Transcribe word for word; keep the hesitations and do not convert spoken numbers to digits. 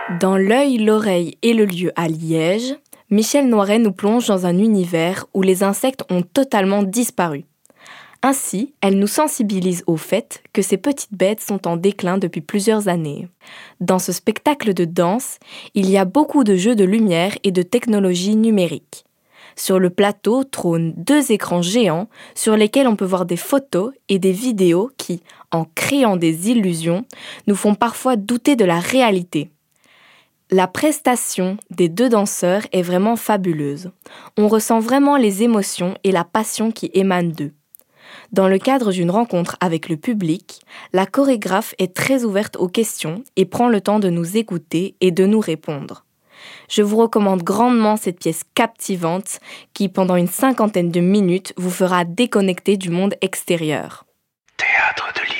Dans L'œil, l'oreille et le lieu à Liège, Michel Noiret nous plonge dans un univers où les insectes ont totalement disparu. Ainsi, elle nous sensibilise au fait que ces petites bêtes sont en déclin depuis plusieurs années. Dans ce spectacle de danse, il y a beaucoup de jeux de lumière et de technologie numérique. Sur le plateau trônent deux écrans géants sur lesquels on peut voir des photos et des vidéos qui, en créant des illusions, nous font parfois douter de la réalité. La prestation des deux danseurs est vraiment fabuleuse. On ressent vraiment les émotions et la passion qui émanent d'eux. Dans le cadre d'une rencontre avec le public, la chorégraphe est très ouverte aux questions et prend le temps de nous écouter et de nous répondre. Je vous recommande grandement cette pièce captivante qui, pendant une cinquantaine de minutes, vous fera déconnecter du monde extérieur. Théâtre de Liège.